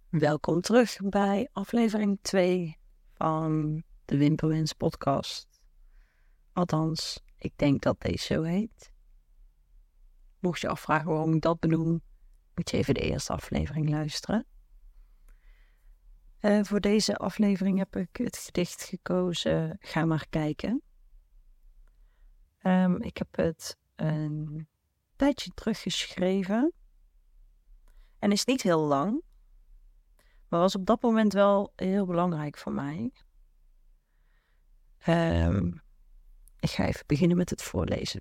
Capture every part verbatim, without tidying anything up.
Welkom terug bij aflevering twee van de Wimperwens podcast. Althans, ik denk dat deze zo heet. Mocht je afvragen waarom ik dat benoem, moet je even de eerste aflevering luisteren. Uh, voor deze aflevering heb ik het gedicht gekozen, Ga maar kijken. Um, ik heb het een tijdje teruggeschreven en is niet heel lang. Maar was op dat moment wel heel belangrijk voor mij. Um, ik ga even beginnen met het voorlezen.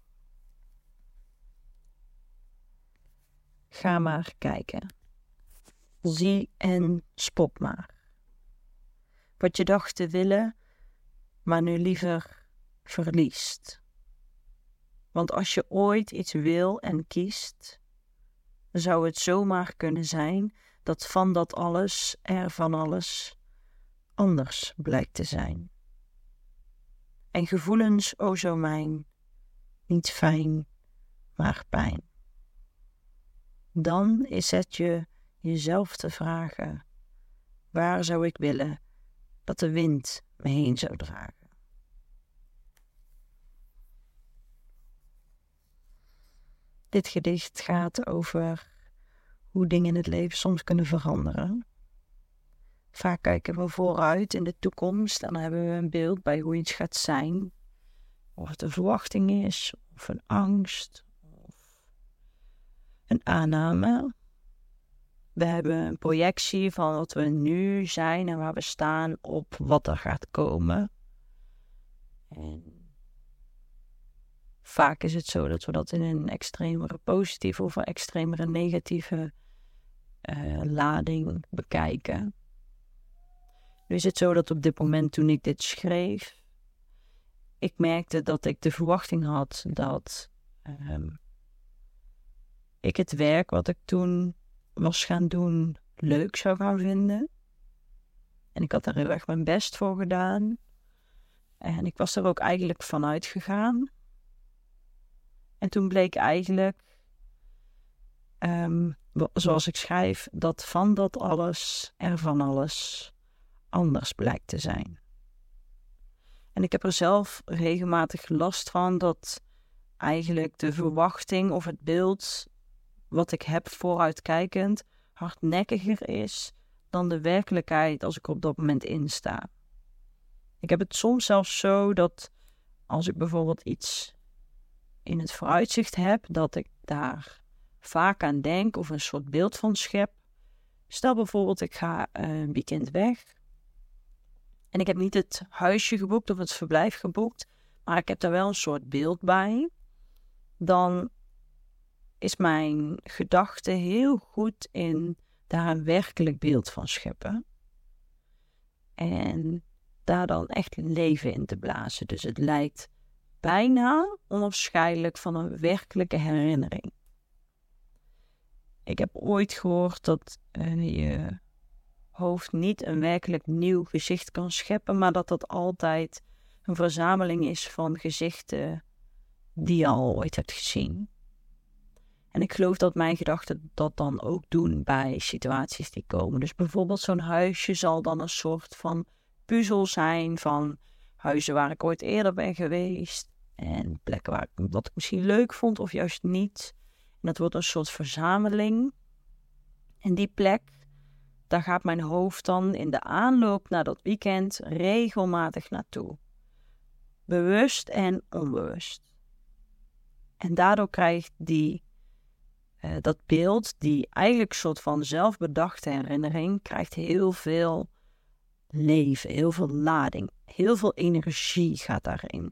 Ga maar kijken. Zie en spot maar. Wat je dacht te willen, maar nu liever verliest. Want als je ooit iets wil en kiest, zou het zomaar kunnen zijn dat van dat alles er van alles anders blijkt te zijn. En gevoelens, o zo mijn, niet fijn, maar pijn. Dan is het je jezelf te vragen, waar zou ik willen dat de wind me heen zou dragen? Dit gedicht gaat over hoe dingen in het leven soms kunnen veranderen. Vaak kijken we vooruit in de toekomst en dan hebben we een beeld bij hoe iets gaat zijn. Of het een verwachting is, of een angst, of een aanname. We hebben een projectie van wat we nu zijn en waar we staan op wat er gaat komen. En vaak is het zo dat we dat in een extremere positieve of een extremere negatieve uh, lading bekijken. Nu is het zo dat op dit moment toen ik dit schreef, ik merkte dat ik de verwachting had dat um, ik het werk wat ik toen was gaan doen leuk zou gaan vinden. En ik had daar heel erg mijn best voor gedaan. En ik was er ook eigenlijk van uitgegaan. En toen bleek eigenlijk, um, zoals ik schrijf, dat van dat alles er van alles anders blijkt te zijn. En ik heb er zelf regelmatig last van dat eigenlijk de verwachting of het beeld wat ik heb vooruitkijkend hardnekkiger is dan de werkelijkheid als ik op dat moment insta. Ik heb het soms zelfs zo dat als ik bijvoorbeeld iets in het vooruitzicht heb, dat ik daar vaak aan denk of een soort beeld van schep. Stel bijvoorbeeld ik ga een weekend weg en ik heb niet het huisje geboekt of het verblijf geboekt, maar ik heb daar wel een soort beeld bij. Dan is mijn gedachte heel goed in daar een werkelijk beeld van scheppen. En daar dan echt leven in te blazen. Dus het lijkt bijna onafscheidelijk van een werkelijke herinnering. Ik heb ooit gehoord dat uh, je hoofd niet een werkelijk nieuw gezicht kan scheppen, maar dat dat altijd een verzameling is van gezichten die je al ooit hebt gezien. En ik geloof dat mijn gedachten dat dan ook doen bij situaties die komen. Dus bijvoorbeeld zo'n huisje zal dan een soort van puzzel zijn van huizen waar ik ooit eerder ben geweest. En plekken waar ik, wat ik misschien leuk vond of juist niet. En dat wordt een soort verzameling. En die plek, daar gaat mijn hoofd dan in de aanloop naar dat weekend regelmatig naartoe. Bewust en onbewust. En daardoor krijgt die, uh, dat beeld, die eigenlijk een soort van zelfbedachte herinnering, krijgt heel veel leven, heel veel lading, heel veel energie gaat daarin.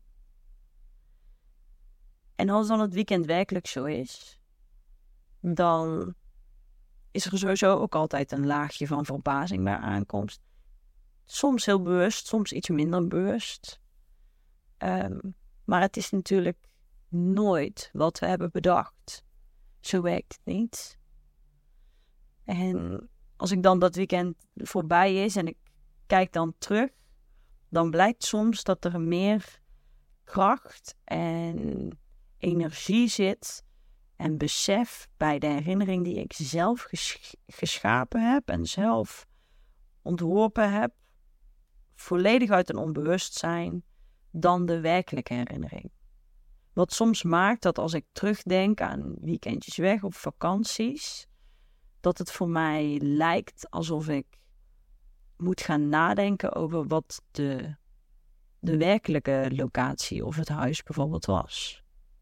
En als dan het weekend werkelijk zo is, dan is er sowieso ook altijd een laagje van verbazing bij aankomst. Soms heel bewust, soms iets minder bewust. Um, maar het is natuurlijk nooit wat we hebben bedacht. Zo werkt het niet. En als ik dan dat weekend voorbij is en ik kijk dan terug, dan blijkt soms dat er meer kracht en energie zit En besef bij de herinnering die ik zelf ges- geschapen heb en zelf ontworpen heb, volledig uit een onbewustzijn, dan de werkelijke herinnering. Wat soms maakt dat als ik terugdenk aan weekendjes weg of vakanties, dat het voor mij lijkt alsof ik moet gaan nadenken over wat de, de werkelijke locatie of het huis bijvoorbeeld was.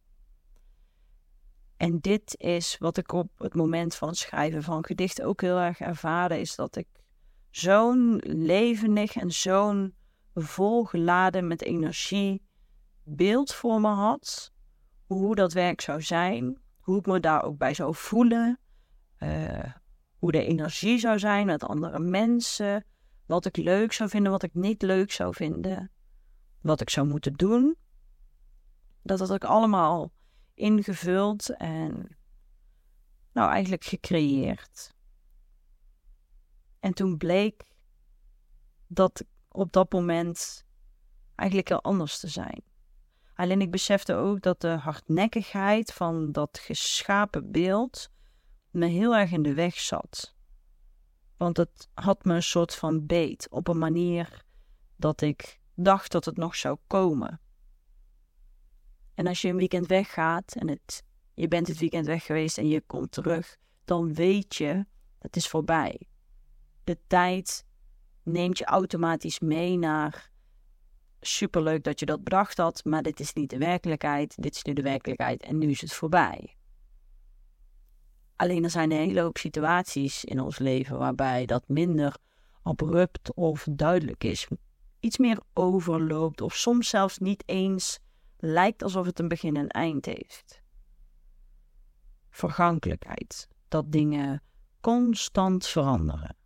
En dit is wat ik op het moment van het schrijven van gedichten ook heel erg ervaarde, is dat ik zo'n levendig en zo'n volgeladen met energie beeld voor me had, hoe dat werk zou zijn, hoe ik me daar ook bij zou voelen, uh, hoe de energie zou zijn met andere mensen, wat ik leuk zou vinden, wat ik niet leuk zou vinden, wat ik zou moeten doen. Dat had ik allemaal ingevuld en nou eigenlijk gecreëerd. En toen bleek dat op dat moment eigenlijk heel anders te zijn. Alleen ik besefte ook dat de hardnekkigheid van dat geschapen beeld me heel erg in de weg zat. Want het had me een soort van beet op een manier dat ik dacht dat het nog zou komen. En als je een weekend weggaat en het, je bent het weekend weg geweest en je komt terug, dan weet je, het is voorbij. De tijd neemt je automatisch mee naar superleuk dat je dat bedacht had, maar dit is niet de werkelijkheid, dit is nu de werkelijkheid en nu is het voorbij. Alleen er zijn een hele hoop situaties in ons leven waarbij dat minder abrupt of duidelijk is. Iets meer overloopt of soms zelfs niet eens lijkt alsof het een begin en eind heeft. Vergankelijkheid, dat dingen constant veranderen.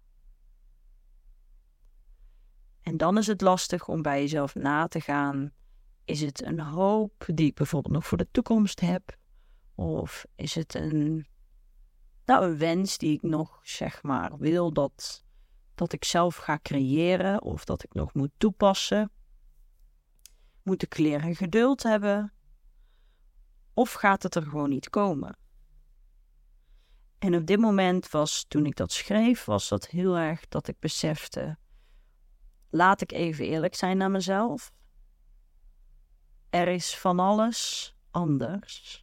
En dan is het lastig om bij jezelf na te gaan, is het een hoop die ik bijvoorbeeld nog voor de toekomst heb? Of is het een, nou, een wens die ik nog, zeg maar, wil dat, dat ik zelf ga creëren of dat ik nog moet toepassen? Moet ik leren geduld hebben? Of gaat het er gewoon niet komen? En op dit moment was, toen ik dat schreef, was dat heel erg dat ik besefte, laat ik even eerlijk zijn naar mezelf. Er is van alles anders.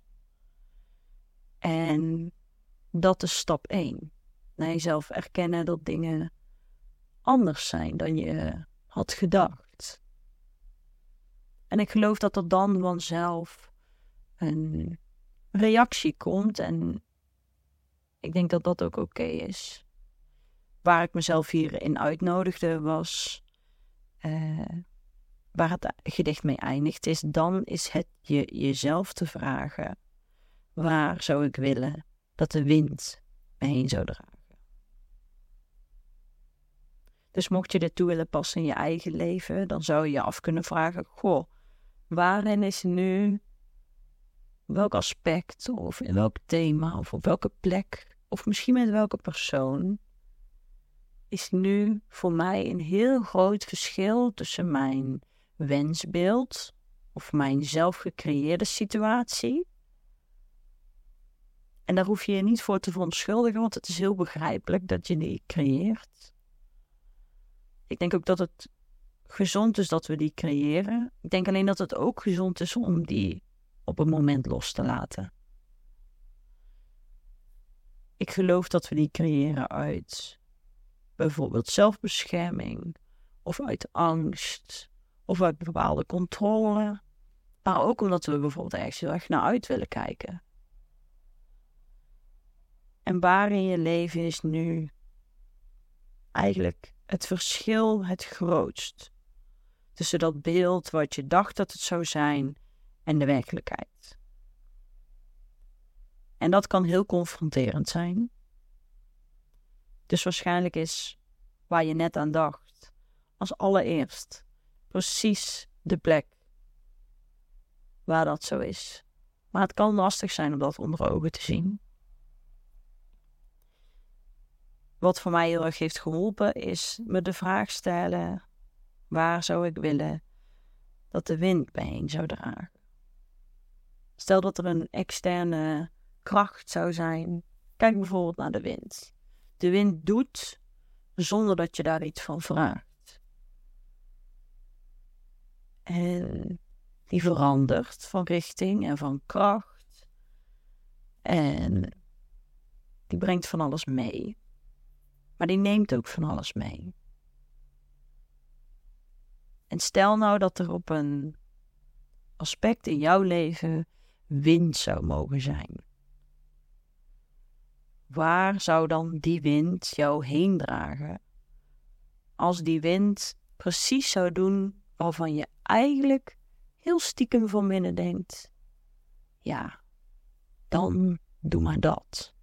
En dat is stap één. Naar jezelf erkennen dat dingen anders zijn dan je had gedacht. En ik geloof dat er dan vanzelf een reactie komt. En ik denk dat dat ook oké is. Waar ik mezelf hierin uitnodigde was, Uh, waar het gedicht mee eindigt, is dan is het je jezelf te vragen, waar zou ik willen dat de wind me heen zou dragen? Dus mocht je dit toe willen passen in je eigen leven, dan zou je je af kunnen vragen, goh, waarin is nu, welk aspect of in welk thema of op welke plek of misschien met welke persoon is nu voor mij een heel groot verschil tussen mijn wensbeeld of mijn zelf gecreëerde situatie. En daar hoef je je niet voor te verontschuldigen, want het is heel begrijpelijk dat je die creëert. Ik denk ook dat het gezond is dat we die creëren. Ik denk alleen dat het ook gezond is om die op een moment los te laten. Ik geloof dat we die creëren uit bijvoorbeeld zelfbescherming, of uit angst, of uit bepaalde controle. Maar ook omdat we bijvoorbeeld ergens heel erg naar uit willen kijken. En waar in je leven is nu eigenlijk het verschil het grootst tussen dat beeld wat je dacht dat het zou zijn en de werkelijkheid. En dat kan heel confronterend zijn. Dus waarschijnlijk is waar je net aan dacht, als allereerst precies de plek waar dat zo is. Maar het kan lastig zijn om dat onder ogen te zien. Wat voor mij heel erg heeft geholpen is me de vraag stellen, waar zou ik willen dat de wind me heen zou dragen? Stel dat er een externe kracht zou zijn. Kijk bijvoorbeeld naar de wind. De wind doet zonder dat je daar iets van vraagt. En die verandert van richting en van kracht. En die brengt van alles mee. Maar die neemt ook van alles mee. En stel nou dat er op een aspect in jouw leven wind zou mogen zijn. Waar zou dan die wind jou heen dragen? Als die wind precies zou doen waarvan je eigenlijk heel stiekem van binnen denkt. Ja, dan doe maar dat.